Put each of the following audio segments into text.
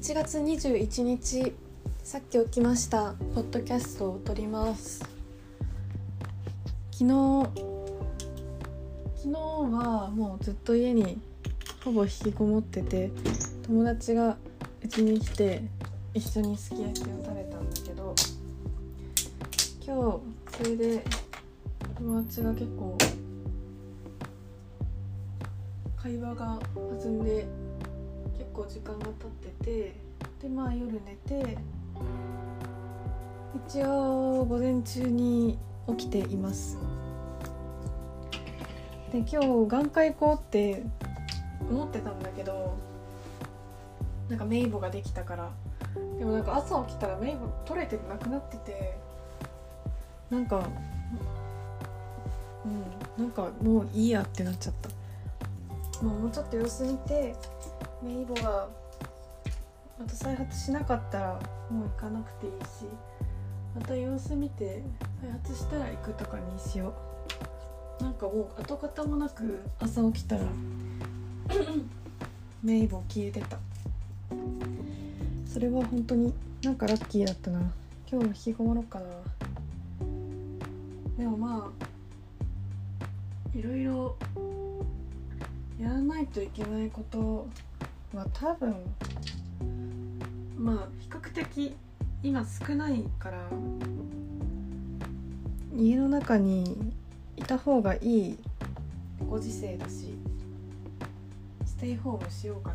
1月21日、さっき起きました。ポッドキャストを撮ります。昨日はもうずっと家にほぼ引きこもってて、友達がうちに来て一緒にすき焼きを食べたんだけど、今日それで友達が結構会話が弾んで結構時間が経ってて、で夜寝て、一応午前中に起きています。で今日眼科行こうって思ってたんだけど、なんか名簿ができたから。でもなんか朝起きたら名簿取れてなくなってて、なんかもういいやってなっちゃった。もうちょっと様子見て、名簿がまた再発しなかったらもう行かなくていいし、また様子見て再発したら行くとかにしよう。なんかもう跡形もなく朝起きたら名簿消えてた。それは本当になんかラッキーだったな。今日も引きこもろうかな。でもいろいろやらないといけないことは多分比較的今少ないから、家の中にいた方がいいご時世だし、ステイホームしようかな。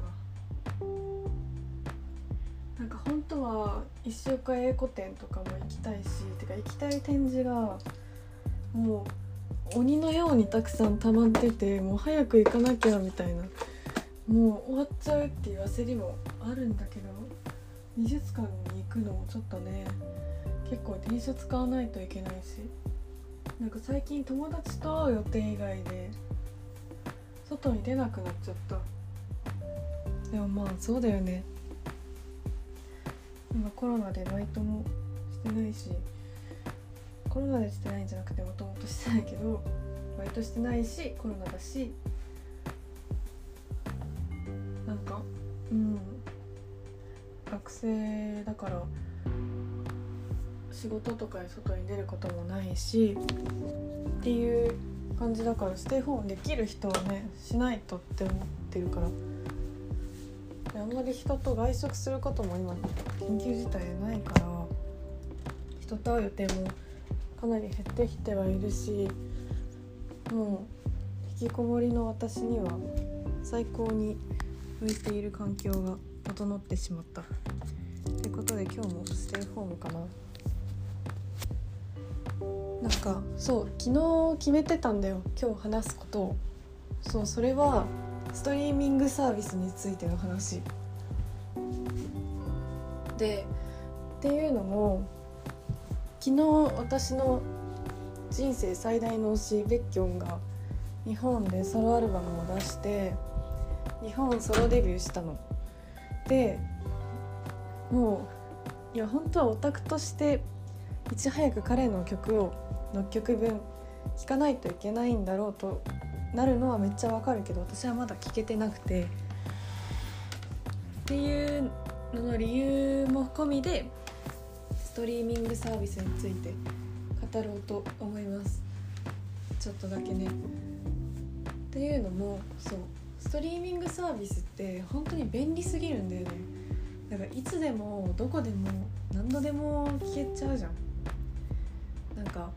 なんか本当は一週間英語展とかも行きたいし、行きたい展示がもう鬼のようにたくさん溜まってて、もう早く行かなきゃみたいな、もう終わっちゃうっていう焦りもあるんだけど、美術館に行くのもちょっとね、結構電車使わないといけないし、なんか最近友達と会う予定以外で外に出なくなっちゃった。でもそうだよね。今コロナでバイトもしてないし、コロナでしてないんじゃなくてもともとしてないけど、バイトしてないしコロナだし、なんか学生だから仕事とかで外に出ることもないしっていう感じだから、ステイホームできる人はねしないとって思ってるから、あんまり人と外食することも今緊急事態でないから、人と会う予定もかなり減ってきてはいるし、もう引きこもりの私には最高に向いている環境が整ってしまったってことで、今日もステイホームかな。なんか昨日決めてたんだよ、今日話すことを。それはストリーミングサービスについての話で、っていうのも、昨日私の人生最大の推しベッキョンが日本でソロアルバムを出して日本ソロデビューしたので、もう本当はオタクとしていち早く彼の曲を6曲分聴かないといけないんだろうとなるのはめっちゃわかるけど、私はまだ聴けてなくてっていうのの理由も込みでストリーミングサービスについて語ろうと思います。ちょっとだけね。っていうのも、ストリーミングサービスって本当に便利すぎるんだよね。だからいつでもどこでも何度でも聴けちゃうじゃん。なんか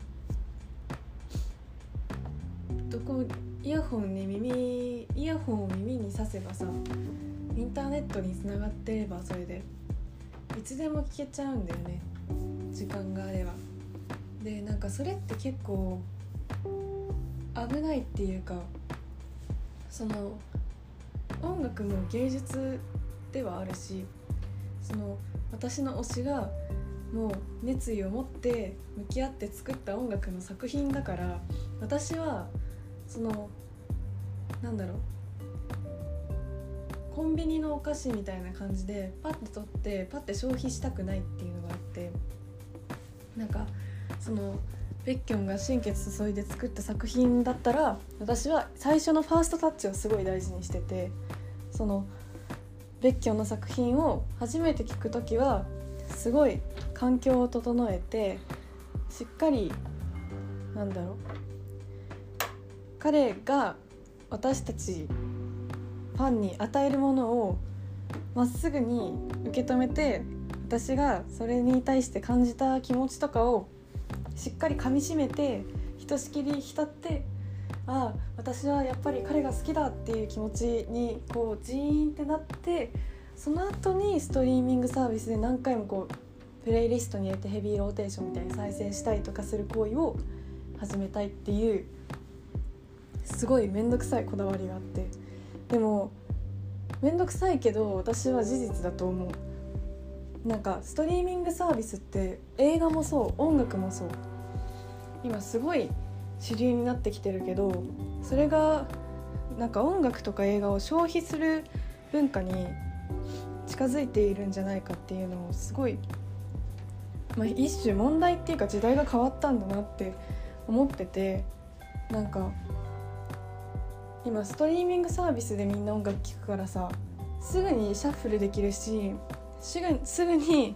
イヤホンを耳に挿せばさ、インターネットにつながってればそれでいつでも聴けちゃうんだよね、時間があれば。でなんかそれって結構危ないっていうか、音楽も芸術ではあるし、私の推しがもう熱意を持って向き合って作った音楽の作品だから、私はコンビニのお菓子みたいな感じでパッて取ってパッて消費したくないっていうのがあって、なんかベッキョンが心血注いで作った作品だったら、私は最初のファーストタッチをすごい大事にしてて、 別居の作品を初めて聞くときはすごい環境を整えて、しっかり彼が私たちファンに与えるものをまっすぐに受け止めて、私がそれに対して感じた気持ちとかをしっかり噛み締めて、ひとしきり浸って、ああ私はやっぱり彼が好きだっていう気持ちにこうジーンってなって、その後にストリーミングサービスで何回もこうプレイリストに入れてヘビーローテーションみたいに再生したりとかする行為を始めたいっていう、すごいめんどくさいこだわりがあって、でもめんどくさいけど私は事実だと思う。なんかストリーミングサービスって映画もそう音楽もそう、今すごい主流になってきてるけど、それがなんか音楽とか映画を消費する文化に近づいているんじゃないかっていうのをすごい、一種問題っていうか時代が変わったんだなって思ってて、なんか今ストリーミングサービスでみんな音楽聴くからさ、すぐにシャッフルできるし、すぐに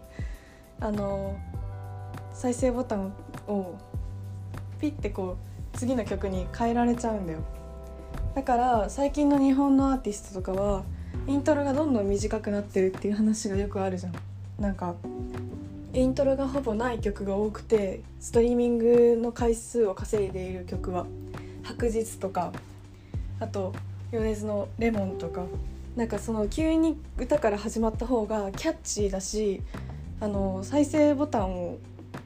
再生ボタンをピッてこう次の曲に変えられちゃうんだよ。だから最近の日本のアーティストとかはイントロがどんどん短くなってるっていう話がよくあるじゃん。なんかイントロがほぼない曲が多くて、ストリーミングの回数を稼いでいる曲は白日とか、あと米津のレモンとか、なんかその急に歌から始まった方がキャッチーだし、再生ボタンを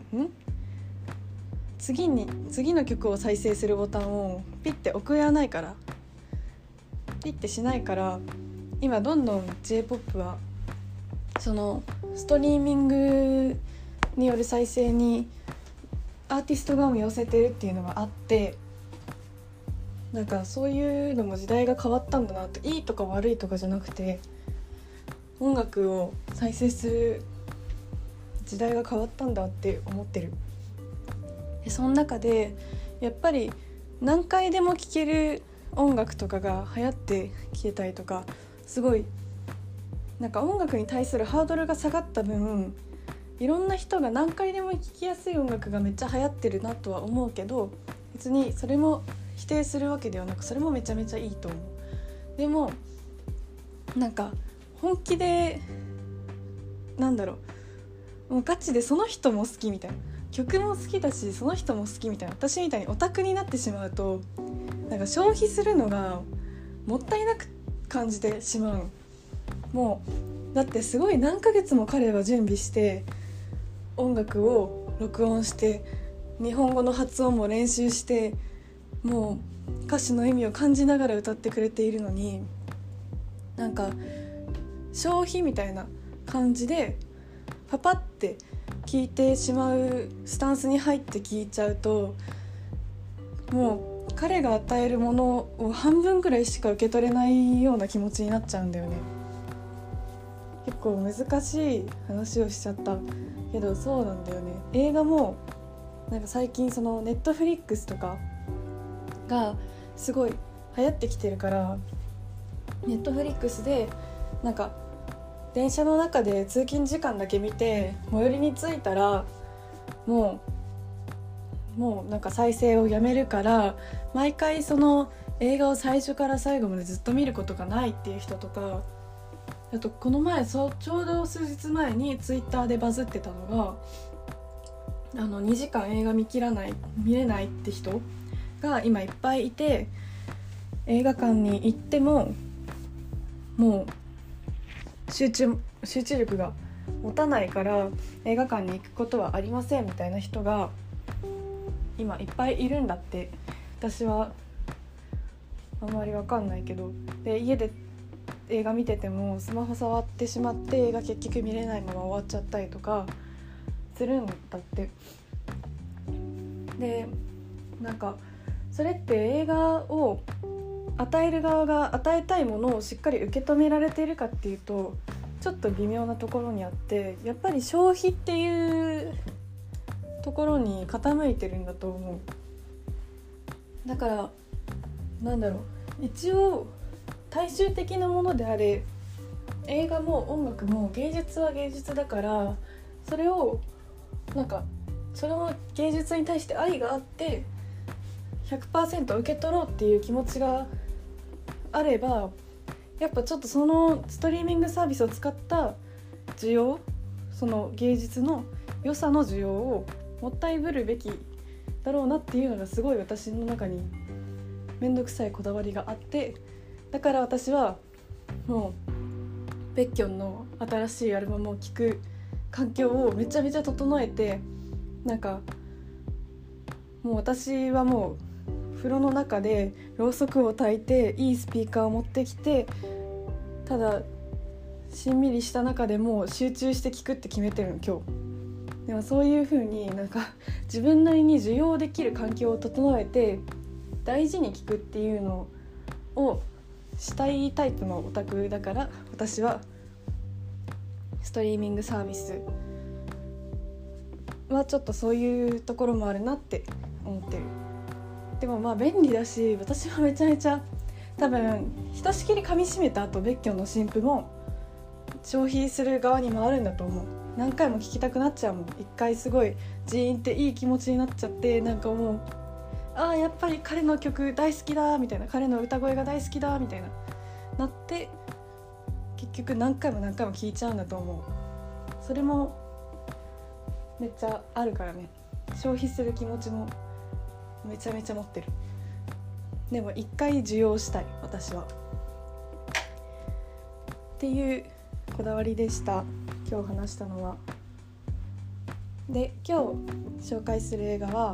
次の曲を再生するボタンをピッて送らないから、ピッてしないから、今どんどん J-POP はそのストリーミングによる再生にアーティスト側も寄せてるっていうのがあって、なんかそういうのも時代が変わったんだなって、いいとか悪いとかじゃなくて音楽を再生する時代が変わったんだって思ってる。でその中でやっぱり何回でも聴ける音楽とかが流行ってきてたりとか、すごいなんか音楽に対するハードルが下がった分、いろんな人が何回でも聴きやすい音楽がめっちゃ流行ってるなとは思うけど、別にそれも否定するわけではなく、それもめちゃめちゃいいと思う。でもなんか本気でもうガチでその人も好きみたいな、曲も好きだしその人も好きみたいな、私みたいにオタクになってしまうと、なんか消費するのがもったいなく感じてしまう。もうだってすごい何ヶ月も彼は準備して音楽を録音して、日本語の発音も練習して、もう歌詞の意味を感じながら歌ってくれているのに、なんか消費みたいな感じでパパって聞いてしまうスタンスに入って聞いちゃうと、もう彼が与えるものを半分くらいしか受け取れないような気持ちになっちゃうんだよね。結構難しい話をしちゃったけどそうなんだよね。映画もなんか最近そのネットフリックスとかがすごい流行ってきてるから、ネットフリックスでなんか電車の中で通勤時間だけ見て最寄りに着いたらもうなんか再生をやめるから、毎回その映画を最初から最後までずっと見ることがないっていう人とか、あとこの前ちょうど数日前にツイッターでバズってたのが、2時間映画見れないって人が今いっぱいいて、映画館に行ってももう集中力が持たないから映画館に行くことはありませんみたいな人が今いっぱいいるんだって。私はあんまり分かんないけど、で家で映画見ててもスマホ触ってしまって映画結局見れないまま終わっちゃったりとかするんだって。でなんかそれって映画を与える側が与えたいものをしっかり受け止められているかっていうとちょっと微妙なところにあって、やっぱり消費っていうところに傾いてるんだと思う。だから一応大衆的なものであれ映画も音楽も芸術は芸術だから、それをなんかその芸術に対して愛があって 100% 受け取ろうっていう気持ちがあれば、やっぱちょっとそのストリーミングサービスを使った需要、その芸術の良さの需要をもったいぶるべきだろうなっていうのがすごい私の中にめんどくさいこだわりがあって、だから私はもうベッキョンの新しいアルバムを聴く環境をめちゃめちゃ整えて、なんかもう私はもう風呂の中でろうそくを焚いていいスピーカーを持ってきて、ただしんみりした中でも集中して聴くって決めてるの今日。でもそういう風になんか自分なりに受容できる環境を整えて大事に聴くっていうのをしたいタイプのオタクだから、私はストリーミングサービスはちょっとそういうところもあるなって思ってる。でもまあ便利だし、私はめちゃめちゃ多分ひとしきり噛み締めた後ベッキョンの新譜も消費する側に回るんだと思う。何回も聴きたくなっちゃうもん。一回すごいジーンっていい気持ちになっちゃって、なんかもうやっぱり彼の曲大好きだみたいな、彼の歌声が大好きだみたいなって結局何回も聴いちゃうんだと思う。それもめっちゃあるからね。消費する気持ちもめちゃめちゃ持ってる。でも一回受容したい私はっていうこだわりでした。今日話したのは。で今日紹介する映画は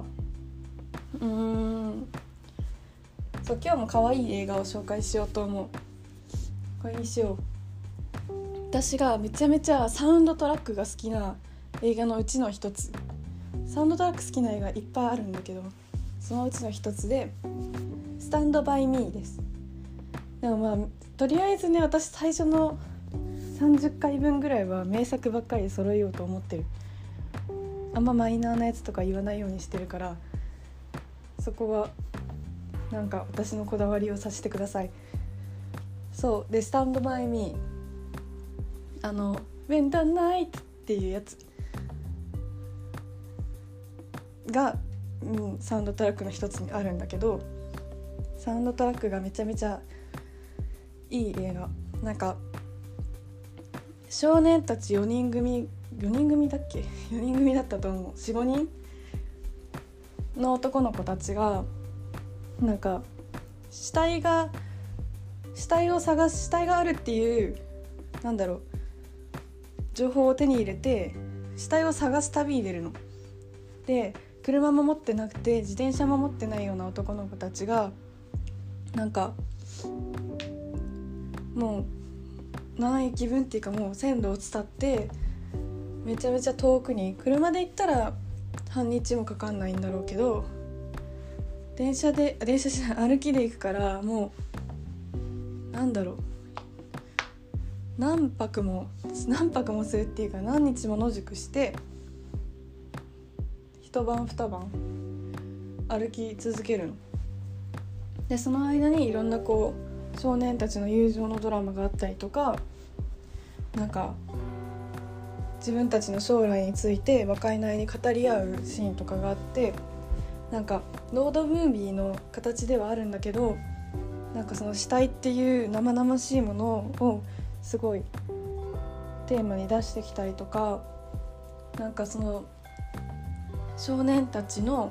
そう今日も可愛い映画を紹介しようと思う。これにしよう。私がめちゃめちゃサウンドトラックが好きな映画のうちの一つ。サウンドトラック好きな映画いっぱいあるんだけど、そのうちの一つでスタンドバイミーです。でもまあとりあえずね、私最初の30回分ぐらいは名作ばっかり揃えようと思ってる。あんまマイナーなやつとか言わないようにしてるから、そこはなんか私のこだわりをさせてください。そうで、スタンドバイミーWhen the Night っていうやつが、サウンドトラックの一つにあるんだけど、サウンドトラックがめちゃめちゃいい映画。なんか少年たち4人組だっけ4人組だったと思う。 4,5 人の男の子たちがなんか死体があるっていう情報を手に入れて死体を探す旅に出るので、車も持ってなくて自転車も持ってないような男の子たちがなんかもう何駅分っていうか、もう線路を伝ってめちゃめちゃ遠くに、車で行ったら半日もかかんないんだろうけど、歩きで行くから、もう何泊もするっていうか、何日も野宿して一晩二晩歩き続けるので、その間にいろんな少年たちの友情のドラマがあったりとか、なんか自分たちの将来について若いなりに語り合うシーンとかがあって、なんかロードムービーの形ではあるんだけど、なんかその死体っていう生々しいものをすごいテーマに出してきたりとか、なんかその少年たちの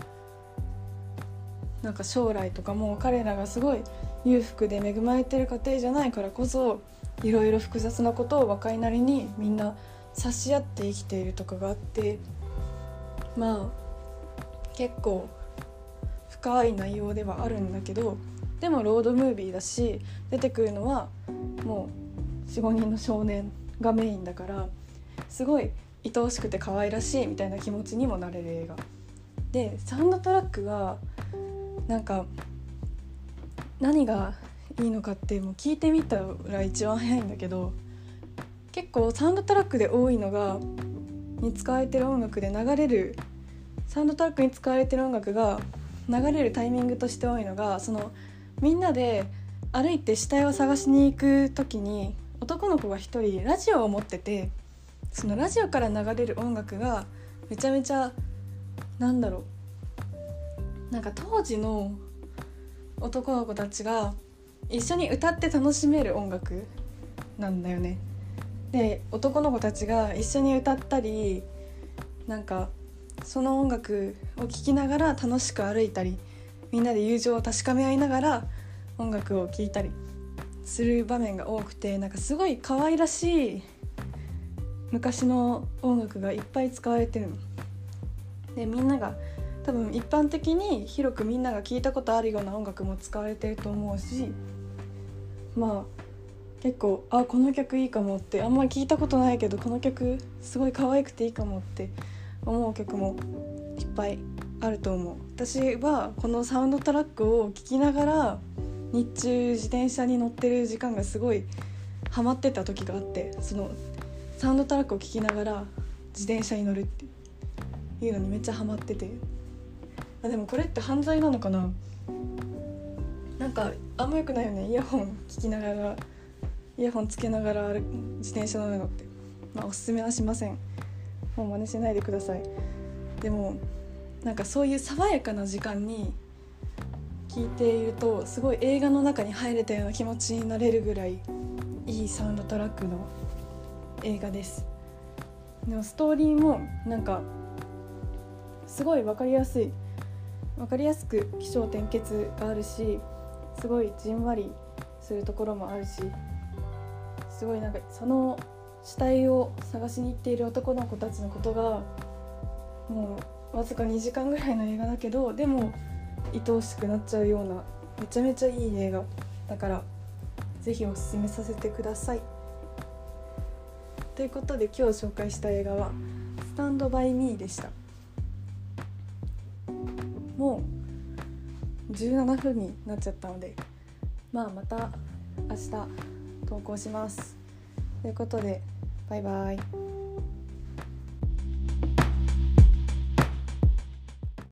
なんか将来とかも、彼らがすごい裕福で恵まれてる家庭じゃないからこそ、いろいろ複雑なことを若いなりにみんな差し合って生きているとかがあって、まあ結構深い内容ではあるんだけど、でもロードムービーだし、出てくるのはもう 4,5 人の少年がメインだから、すごい愛おしくて可愛らしいみたいな気持ちにもなれる映画で、サウンドトラックがなんか何がいいのかってもう聞いてみたら一番早いんだけど、結構サウンドトラックで多いのがに使われてる音楽でサウンドトラックに使われてる音楽が流れるタイミングとして多いのが、そのみんなで歩いて死体を探しに行く時に男の子が一人ラジオを持ってて、そのラジオから流れる音楽がめちゃめちゃなんか当時の男の子たちが一緒に歌って楽しめる音楽なんだよね。で男の子たちが一緒に歌ったり、その音楽を聴きながら楽しく歩いたり、みんなで友情を確かめ合いながら音楽を聴いたりする場面が多くて、すごい可愛らしい昔の音楽がいっぱい使われてるので、みんなが多分一般的に広くみんなが聞いたことあるような音楽も使われてると思うし、結構この曲いいかもって、あんまり聞いたことないけどこの曲すごい可愛くていいかもって思う曲もいっぱいあると思う。私はこのサウンドトラックを聴きながら日中自転車に乗ってる時間がすごいハマってた時があって、そのサウンドトラックを聴きながら自転車に乗るっていうのにめっちゃハマってて、でもこれって犯罪なのかな。あんま良くないよね、イヤホンつけながら自転車乗るのって。おすすめはしません。もう真似しないでください。でもそういう爽やかな時間に聴いているとすごい映画の中に入れたような気持ちになれるぐらいいいサウンドトラックの映画です。でもストーリーもすごい分かりやすく起承転結があるし、すごいじんわりするところもあるし、すごいその死体を探しに行っている男の子たちのことがもうわずか2時間ぐらいの映画だけど、でも愛おしくなっちゃうようなめちゃめちゃいい映画だから、ぜひおすすめさせてください。ということで今日紹介した映画はスタンドバイミーでした。もう17分になっちゃったので、また明日投稿します。ということでバイバイ。